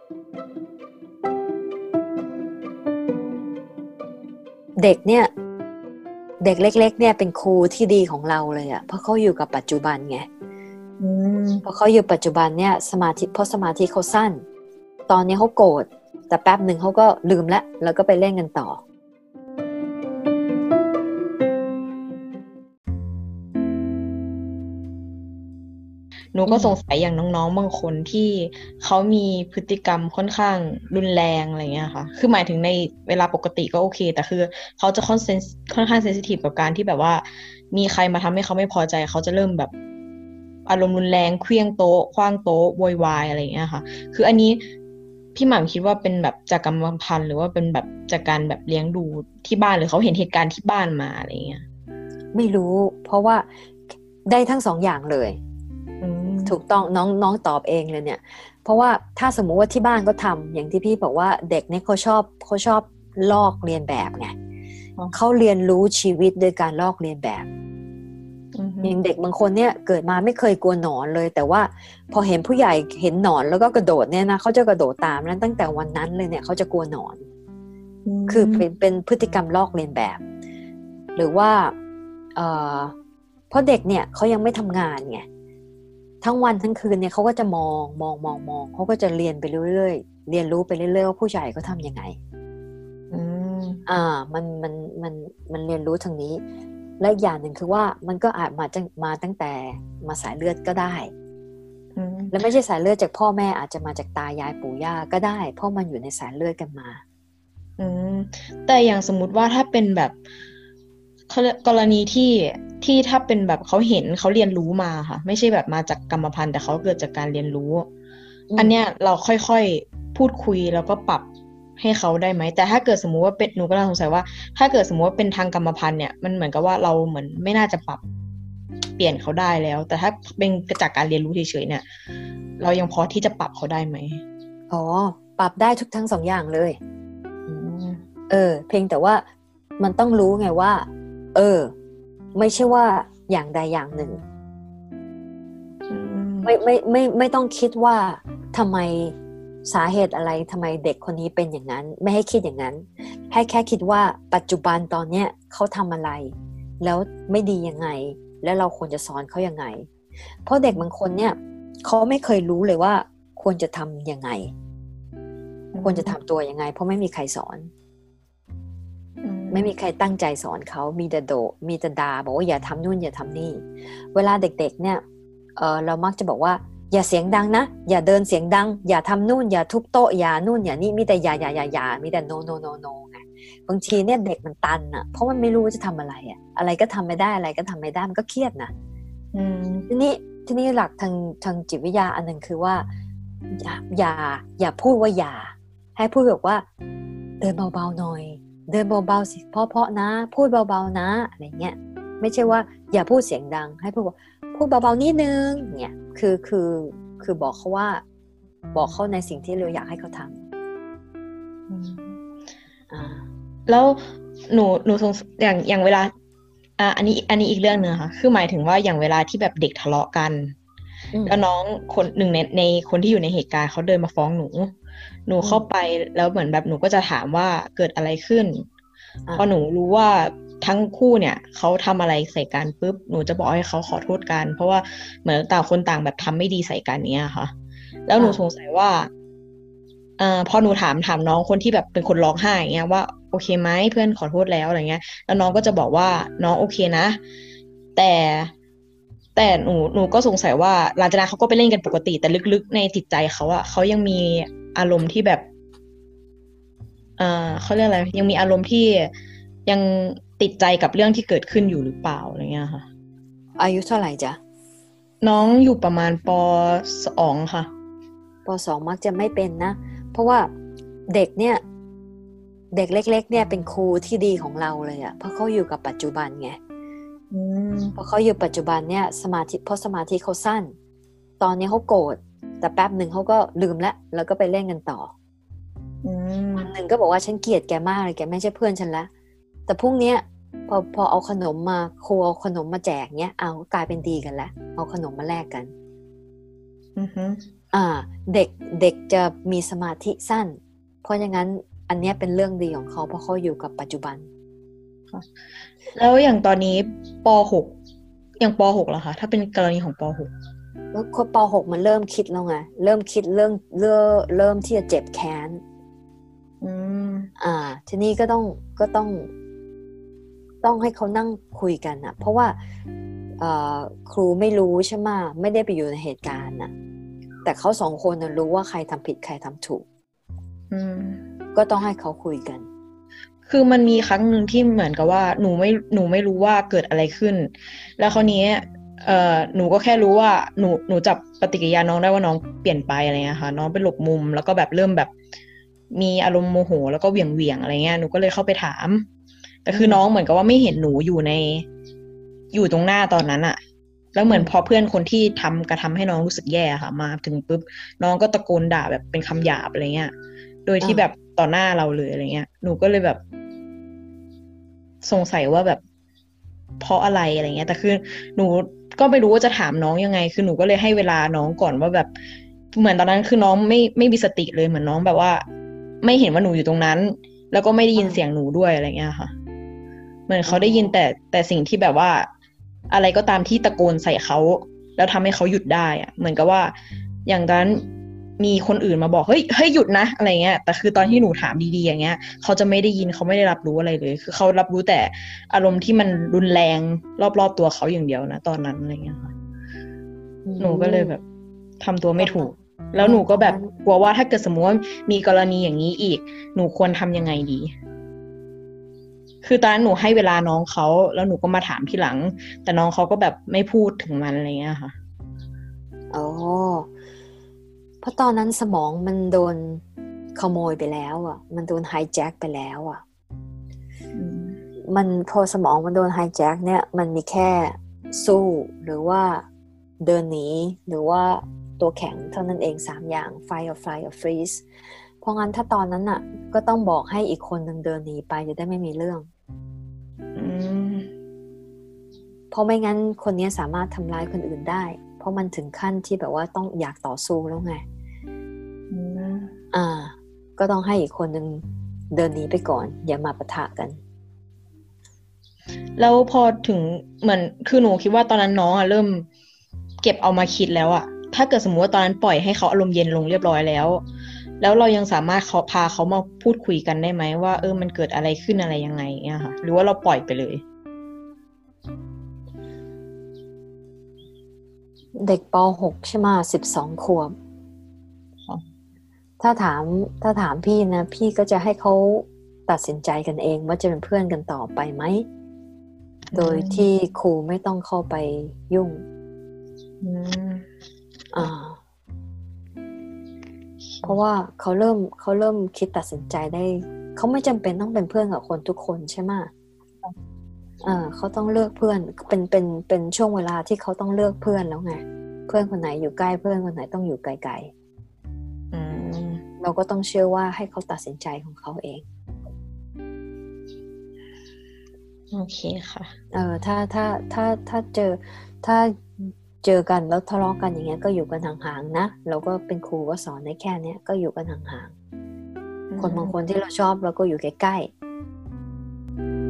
เด็กเนี่ยเด็กเล็กๆเนี่ยเป็นครูที่ดีของเราเลยอ่ะเพราะเขาอยู่กับปัจจุบันไงเพราะเขาอยู่ปัจจุบันเนี่ยเพราะสมาธิเขาสั้นตอนนี้เขาโกรธแต่แป๊บหนึ่งเขาก็ลืมแล้วก็ไปเล่นกันต่อหนูก็สงสัยอย่างน้องๆบางคนที่เขามีพฤติกรรมค่อนข้างรุนแรงอะไรเงี้ยค่ะคือหมายถึงในเวลาปกติก็โอเคแต่คือเขาจะค่อนข้างเซนซิทีฟกับการที่แบบว่ามีใครมาทำให้เขาไม่พอใจเขาจะเริ่มแบบอารมณ์รุนแรงเคลี้ยงโต๊ะขว้างโต๊ะโวยวายอะไรเงี้ยค่ะคืออันนี้พี่หม่ำคิดว่าเป็นแบบจากกรรมพันธุ์หรือว่าเป็นแบบจากการแบบเลี้ยงดูที่บ้านหรือเขาเห็นเหตุการณ์ที่บ้านมาอะไรเงี้ยไม่รู้เพราะว่าได้ทั้งสองอย่างเลยถูกต้องน้องตอบเองเลยเนี่ยเพราะว่าถ้าสมมุติว่าที่บ้านก็ทำอย่างที่พี่บอกว่าเด็กเนี่ยเขาชอบลอกเลียนแบบไงเขาเรียนรู้ชีวิตโดยการลอกเลียนแบบอย่างเด็กบางคนเนี่ยเกิดมาไม่เคยกลัวหนอนเลยแต่ว่าพอเห็นผู้ใหญ่เห็นหนอนแล้วก็กระโดดเนี่ยนะเขาจะกระโดดตามนั้นตั้งแต่วันนั้นเลยเนี่ยเขาจะกลัวหนอนคือเป็นพฤติกรรมลอกเลียนแบบหรือว่าเพราะเด็กเนี่ยเขายังไม่ทำงานไงทั้งวันทั้งคืนเนี่ยเขาก็จะมองเขาก็จะเรียนไปเรื่อยๆเรียนรู้ไปเรื่อยๆว่าผู้ใหญ่เขาทำยังไงมันเรียนรู้ทางนี้และอีกอย่างหนึ่งคือว่ามันก็อาจมาตั้งแต่มาสายเลือดก็ได้และไม่ใช่สายเลือดจากพ่อแม่อาจจะมาจากตายายปู่ย่าก็ได้เพราะมันอยู่ในสายเลือดกันมาแต่อย่างสมมุติว่าถ้าเป็นแบบกรณีที่ถ้าเป็นแบบเขาเห็นเขาเรียนรู้มาค่ะไม่ใช่แบบมาจากกรรมพันธุ์แต่เขาเกิดจากการเรียนรู้อันเนี้ยเราค่อยๆพูดคุยแล้วก็ปรับให้เขาได้ไหมแต่ถ้าเกิดสมมุติว่าเป็นหนูก็สงสัยว่าถ้าเกิดสมมุติว่าเป็นทางกรรมพันธุ์เนี่ยมันเหมือนกับว่าเราเหมือนไม่น่าจะปรับเปลี่ยนเขาได้แล้วแต่ถ้าเป็นจากการเรียนรู้เฉยๆเนี่ยเรายังพอที่จะปรับเขาได้ไหมอ๋อปรับได้ทั้งสองอย่างเลยเพียงแต่ว่ามันต้องรู้ไงว่าไม่ใช่ว่าอย่างใดอย่างหนึ่งไม่ต้องคิดว่าทำไมสาเหตุอะไรทำไมเด็กคนนี้เป็นอย่างนั้นไม่ให้คิดอย่างนั้นให้แค่คิดว่าปัจจุบันตอนเนี้ยเขาทำอะไรแล้วไม่ดียังไงแล้วเราควรจะสอนเขายังไงเพราะเด็กบางคนเนี่ยเขาไม่เคยรู้เลยว่าควรจะทำยังไงควรจะทำตัวยังไงเพราะไม่มีใครสอนไม่มีใครตั้งใจสอนเขามีแต่ด่าบอกว่าอย่าทำนู่นอย่าทำนี่เวลาเด็กๆเนี่ยเรามักจะบอกว่าอย่าเสียงดังนะอย่าเดินเสียงดังอย่าทำนู่นอย่าทุบโต๊ะอย่านู่นอย่านี่มีแต่อย่ามีแต่ no ไงบางทีเนี่ยเด็กมันตันอ่ะเพราะมันไม่รู้ว่าจะทำอะไรอ่ะอะไรก็ทำไม่ได้อะไรก็ทำไม่ได้มันก็เครียดนะทีนี้หลักทางจิตวิทยาอันนึงคือว่าอย่าพูดว่าอย่าให้พูดแบบว่าเดินเบาๆหน่อยเดินเบาๆสิเพราะนะพูดเบาๆนะอะไรเงี้ยไม่ใช่ว่าอย่าพูดเสียงดังให้พูดเบาๆนิดนึงเนี่ยคือบอกเขาว่าบอกเขาในสิ่งที่เราอยากให้เขาทำแล้วหนูสงอย่างเวลาอันนี้อีกเรื่องนึงค่ะคือหมายถึงว่าอย่างเวลาที่แบบเด็กทะเลาะกันแล้วน้องคนหนึ่งในคนที่อยู่ในเหตุการณ์เขาเดินมาฟ้องหนูเข้าไปแล้วเหมือนแบบหนูก็จะถามว่าเกิดอะไรขึ้นพอหนูรู้ว่าทั้งคู่เนี่ยเขาทำอะไรใส่กันปุ๊บหนูจะบอกให้เขาขอโทษกันเพราะว่าเหมือนต่างคนต่างแบบทำไม่ดีใส่กันเนี้ยค่ะแล้วหนูสงสัยว่าพอหนูถามน้องคนที่แบบเป็นคนร้องไห้อย่างเงี้ยว่าโอเคไหมเพื่อนขอโทษแล้วอะไรเงี้ยแล้วน้องก็จะบอกว่าน้องโอเคนะแต่หนูก็สงสัยว่าหลังจากนั้นเขาก็ไปเล่นกันปกติแต่ลึกๆในจิตใจเขาอะเขายังมีอารมณ์ที่แบบเขาเรียกอะไรยังมีอารมณ์ที่ยังติดใจกับเรื่องที่เกิดขึ้นอยู่หรือเปล่าอะไรเงี้ยค่ะอายุเท่าไหร่จ๊ะน้องอยู่ประมาณป.2ค่ะป.2มักจะไม่เป็นนะเพราะว่าเด็กเนี่ยเด็กเล็กๆเนี่ยเป็นครูที่ดีของเราเลยอ่ะเพราะเขาอยู่กับปัจจุบันไงเพราะเขาอยู่ปัจจุบันเนี่ยเพราะสมาธิเขาสั้นตอนนี้เขาโกรธแต่แป๊บหนึ่งเขาก็ลืมแล้วก็ไปเล่นกันต่อวันหนึ่งก็บอกว่าฉันเกลียดแกมากเลยแกไม่ใช่เพื่อนฉันละแต่พรุ่งนี้พอเอาขนมมาครูเอาขนมมาแจกเนี้ยเอากลายเป็นดีกันแล้วเอาขนมมาแลกกันอ่าเด็กเด็กจะมีสมาธิสั้นเพราะอย่างนั้นอันเนี้ยเป็นเรื่องดีของเขาเพราะเขาอยู่กับปัจจุบันค่ะแล้วอย่างตอนนี้ป .6 อย่างป .6 เหรอคะถ้าเป็นกรณีของป .6 แล้วคนป .6 มันเริ่มคิดแล้วไงเริ่มคิดเริ่มที่จะเจ็บแค้นอืมทีนี้ก็ต้องให้เขานั่งคุยกันนะเพราะว่าครูไม่รู้ใช่ไหมไม่ได้ไปอยู่ในเหตุการณ์น่ะแต่เขาสองคนน่ะรู้ว่าใครทำผิดใครทำถูกก็ต้องให้เขาคุยกันคือมันมีครั้งหนึ่งที่เหมือนกับว่าหนูไม่รู้ว่าเกิดอะไรขึ้นแล้วคราวนี้หนูก็แค่รู้ว่าหนูจับปฏิกิริยาน้องได้ว่าน้องเปลี่ยนไปอะไรเงี้ยค่ะน้องไปหลบมุมแล้วก็แบบเริ่มแบบมีอารมณ์โมโหแล้วก็เหวี่ยงอะไรเงี้ยหนูก็เลยเข้าไปถามแต่คือน้องเหมือนกับว่าไม่เห็นหนูอยู่ตรงหน้าตอนนั้นอะแล้วเหมือนพอเพื่อนคนที่กระทำให้น้องรู้สึกแย่ค่ะมาถึงปุ๊บน้องก็ตะโกนด่าแบบเป็นคำหยาบอะไรเงี้ยโดยที่แบบต่อหน้าเราเลยอะไรเงี้ยหนูก็เลยแบบสงสัยว่าแบบเพราะอะไรอะไรเงี้ยแต่คือหนูก็ไม่รู้ว่าจะถามน้องยังไงคือหนูก็เลยให้เวลาน้องก่อนว่าแบบเหมือนตอนนั้นคือน้องไม่มีสติเลยเหมือนน้องแบบว่าไม่เห็นว่าหนูอยู่ตรงนั้นแล้วก็ไม่ได้ยินเสียงหนูด้วยอะไรเงี้ยค่ะเหมือนเขาได้ยินแต่สิ่งที่แบบว่าอะไรก็ตามที่ตะโกนใส่เขาแล้วทำให้เขาหยุดได้อะเหมือนกับว่าอย่างตอนนั้นมีคนอื่นมาบอกเฮ้ยหยุดนะอะไรเงี้ยแต่คือตอนที่หนูถามดีๆอย่างเงี้ยเขาจะไม่ได้ยินเขาไม่ได้รับรู้อะไรเลยคือเขารับรู้แต่อารมณ์ที่มันรุนแรงรอบๆตัวเขาอย่างเดียวนะตอนนั้นอะไรเงี้ยค่ะหนูก็เลยแบบทำตัวไม่ถูกแล้วหนูก็แบบกลัวว่าถ้าเกิดสมมติว่ามีกรณีอย่างนี้อีกหนูควรทำยังไงดีคือตอนนั้นหนูให้เวลาน้องเขาแล้วหนูก็มาถามทีหลังแต่น้องเขาก็แบบไม่พูดถึงมันอะไรเงี้ยค่ะอ๋อเพราะตอนนั้นสมองมันโดนขโมยไปแล้วอ่ะมันโดนไฮแจ็คไปแล้วอ่ะมันพอสมองมันโดนไฮแจ็คเนี่ยมันมีแค่สู้หรือว่าเดินหนีหรือว่าตัวแข็งเท่านั้นเอง3อย่าง fight or flight or freeze เพราะงั้นถ้าตอนนั้นน่ะก็ต้องบอกให้อีกคนหนึ่งเดินหนีไปจะได้ไม่มีเรื่องเพราะไม่งั้นคนนี้สามารถทำร้ายคนอื่นได้เพราะมันถึงขั้นที่แบบว่าต้องอยากต่อสู้แล้วไงก็ต้องให้อีกคนหนึ่งเดินหนีไปก่อนอย่ามาปะทะกันแล้วพอถึงเหมือนคือหนูคิดว่าตอนนั้นน้องเริ่มเก็บเอามาคิดแล้วถ้าเกิดสมมติว่าตอนนั้นปล่อยให้เขาอารมณ์เย็นลงเรียบร้อยแล้วเรายังสามารถพาเขามาพูดคุยกันได้ไหมว่ามันเกิดอะไรขึ้นอะไรยังไงเนี่ยค่ะหรือว่าเราปล่อยไปเลยเด็กป .6 ใช่ไหม12 ขวบถ้าถามพี่นะพี่ก็จะให้เขาตัดสินใจกันเองว่าจะเป็นเพื่อนกันต่อไปไหมโดยที่ครูไม่ต้องเข้าไปยุ่งเพราะว่าเขาเริ่มคิดตัดสินใจได้เขาไม่จำเป็นต้องเป็นเพื่อนกับคนทุกคนใช่ไหมเขาต้องเลือกเพื่อนเป็นช่วงเวลาที่เขาต้องเลือกเพื่อนแล้วไงเพื่อนคนไหนอยู่ใกล้เพื่อนคนไหนต้องอยู่ไกลๆเราก็ต้องเชื่อว่าให้เขาตัดสินใจของเขาเองโอเคค่ะถ้าเจอกันแล้วทะเลาะกันอย่างเงี้ยก็อยู่กันห่างๆนะเราก็เป็นครูก็สอนในแค่เนี้ยก็อยู่กันห่างๆคนบางคนที่เราชอบเราก็อยู่ใกล้ๆ